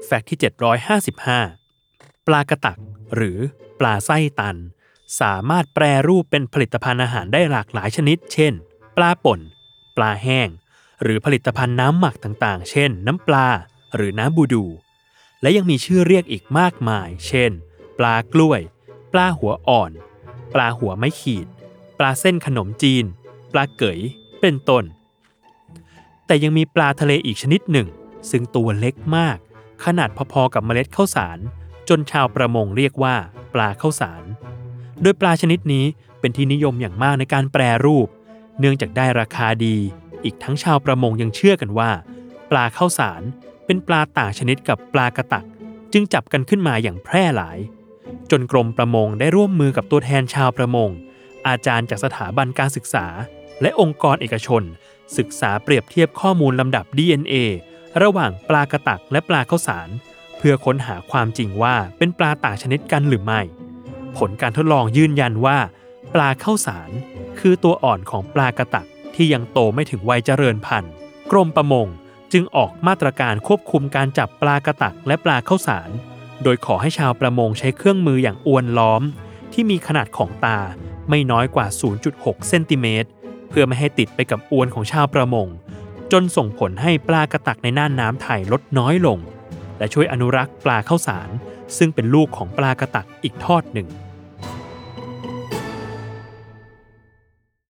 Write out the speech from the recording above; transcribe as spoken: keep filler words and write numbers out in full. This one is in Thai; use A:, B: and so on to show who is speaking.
A: แฟกต์ที่เจ็ดร้อยห้าสิบห้าปลากระตักหรือปลาไส้ตันสามารถแปรรูปเป็นผลิตภัณฑ์อาหารได้หลากหลายชนิดเช่นปลาป่นปลาแห้งหรือผลิตภัณฑ์น้ำหมักต่างๆเช่นน้ำปลาหรือน้ำบูดูและยังมีชื่อเรียกอีกมากมายเช่นปลากล้วยปลาหัวอ่อนปลาหัวไม้ขีดปลาเส้นขนมจีนปลาเก๋ยเป็นต้นแต่ยังมีปลาทะเลอีกชนิดหนึ่งซึ่งตัวเล็กมากขนาดพอๆกับเมล็ดข้าวสารจนชาวประมงเรียกว่าปลาข้าวสารโดยปลาชนิดนี้เป็นที่นิยมอย่างมากในการแปรรูปเนื่องจากได้ราคาดีอีกทั้งชาวประมงยังเชื่อกันว่าปลาข้าวสารเป็นปลาต่างชนิดกับปลากระตักจึงจับกันขึ้นมาอย่างแพร่หลายจนกรมประมงได้ร่วมมือกับตัวแทนชาวประมงอาจารย์จากสถาบันการศึกษาและองค์กรเอกชนศึกษาเปรียบเทียบข้อมูลลำดับ ดี เอ็น เอ ระหว่างปลากระตักและปลาข้าวสารเพื่อค้นหาความจริงว่าเป็นปลาต่างชนิดกันหรือไม่ผลการทดลองยืนยันว่าปลาข้าวสารคือตัวอ่อนของปลากระตักที่ยังโตไม่ถึงวัยเจริญพันธุ์กรมประมงจึงออกมาตรการควบคุมการจับปลากระตักและปลาข้าวสารโดยขอให้ชาวประมงใช้เครื่องมืออย่างอวนล้อมที่มีขนาดของตาไม่น้อยกว่า ศูนย์จุดหก เซนติเมตรเพื่อไม่ให้ติดไปกับอวนของชาวประมงจนส่งผลให้ปลากระตักในน่านน้ำไทยลดน้อยลงและช่วยอนุรักษ์ปลาข้าวสารซึ่งเป็นลูกของปลากระตักอีกทอดหนึ่ง